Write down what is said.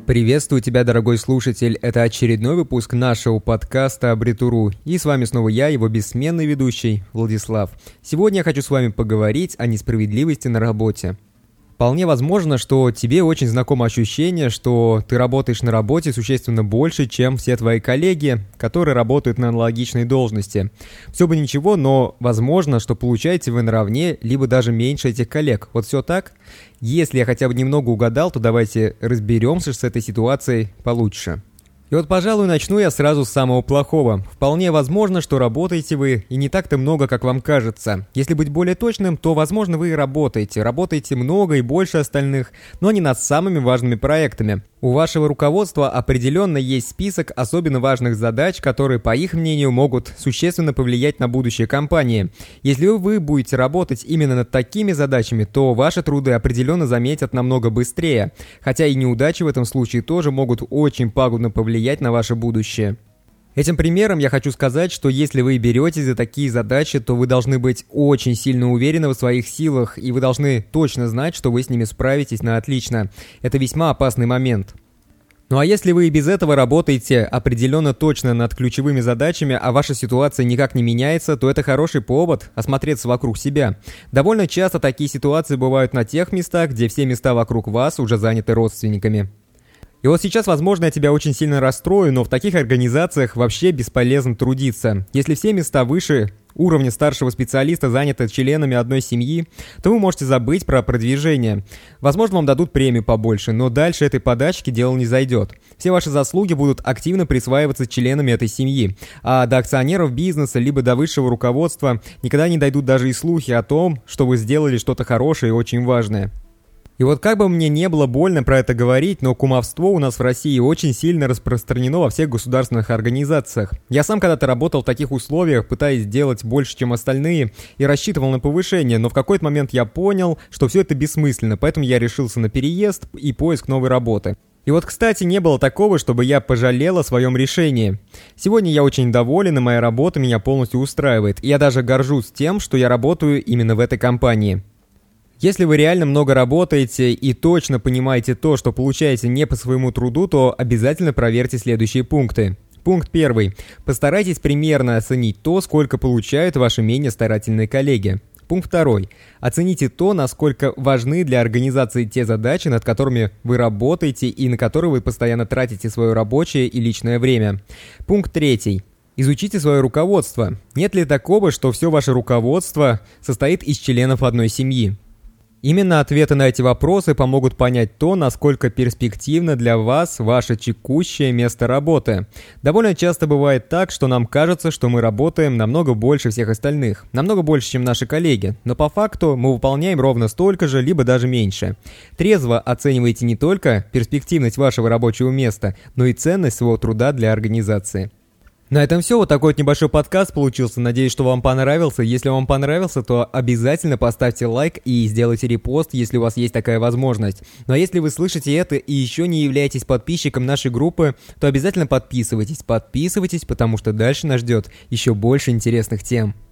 Приветствую тебя, дорогой слушатель. Это очередной выпуск нашего подкаста Абритуру. И с вами снова я, его бессменный ведущий, Владислав. Сегодня я хочу с вами поговорить о несправедливости на работе. Вполне возможно, что тебе очень знакомо ощущение, что ты работаешь на работе существенно больше, чем все твои коллеги, которые работают на аналогичной должности. Все бы ничего, но возможно, что получаете вы наравне, либо даже меньше этих коллег. Вот все так? Если я хотя бы немного угадал, то давайте разберемся с этой ситуацией получше. И вот, пожалуй, начну я сразу с самого плохого. Вполне возможно, что работаете вы и не так-то много, как вам кажется. Если быть более точным, то, возможно, вы и работаете. Работаете много и больше остальных, но не над самыми важными проектами. У вашего руководства определенно есть список особенно важных задач, которые, по их мнению, могут существенно повлиять на будущее компании. Если вы будете работать именно над такими задачами, то ваши труды определенно заметят намного быстрее. Хотя и неудачи в этом случае тоже могут очень пагубно повлиять на ваше будущее. Этим примером я хочу сказать, что если вы беретесь за такие задачи, то вы должны быть очень сильно уверены в своих силах, и вы должны точно знать, что вы с ними справитесь на отлично. Это весьма опасный момент. Ну а если вы и без этого работаете определенно точно над ключевыми задачами, а ваша ситуация никак не меняется, то это хороший повод осмотреться вокруг себя. Довольно часто такие ситуации бывают на тех местах, где все места вокруг вас уже заняты родственниками. И вот сейчас, возможно, я тебя очень сильно расстрою, но в таких организациях вообще бесполезно трудиться. Если все места выше уровня старшего специалиста заняты членами одной семьи, то вы можете забыть про продвижение. Возможно, вам дадут премию побольше, но дальше этой подачки дело не зайдет. Все ваши заслуги будут активно присваиваться членами этой семьи, а до акционеров бизнеса либо до высшего руководства никогда не дойдут даже и слухи о том, что вы сделали что-то хорошее и очень важное. И вот как бы мне не было больно про это говорить, но кумовство у нас в России очень сильно распространено во всех государственных организациях. Я сам когда-то работал в таких условиях, пытаясь сделать больше, чем остальные, и рассчитывал на повышение, но в какой-то момент я понял, что все это бессмысленно, поэтому я решился на переезд и поиск новой работы. И вот, кстати, не было такого, чтобы я пожалел о своем решении. Сегодня я очень доволен, и моя работа меня полностью устраивает, и я даже горжусь тем, что я работаю именно в этой компании. Если вы реально много работаете и точно понимаете то, что получаете не по своему труду, то обязательно проверьте следующие пункты. Пункт 1. Постарайтесь примерно оценить то, сколько получают ваши менее старательные коллеги. Пункт 2. Оцените то, насколько важны для организации те задачи, над которыми вы работаете и на которые вы постоянно тратите свое рабочее и личное время. Пункт 3. Изучите свое руководство. Нет ли такого, что все ваше руководство состоит из членов одной семьи? Именно ответы на эти вопросы помогут понять то, насколько перспективно для вас ваше текущее место работы. Довольно часто бывает так, что нам кажется, что мы работаем намного больше всех остальных, намного больше, чем наши коллеги, но по факту мы выполняем ровно столько же, либо даже меньше. Трезво оценивайте не только перспективность вашего рабочего места, но и ценность своего труда для организации. На этом все. Вот такой вот небольшой подкаст получился. Надеюсь, что вам понравился. Если вам понравился, то обязательно поставьте лайк и сделайте репост, если у вас есть такая возможность. Ну а если вы слышите это и еще не являетесь подписчиком нашей группы, то обязательно подписывайтесь. Подписывайтесь, потому что дальше нас ждет еще больше интересных тем.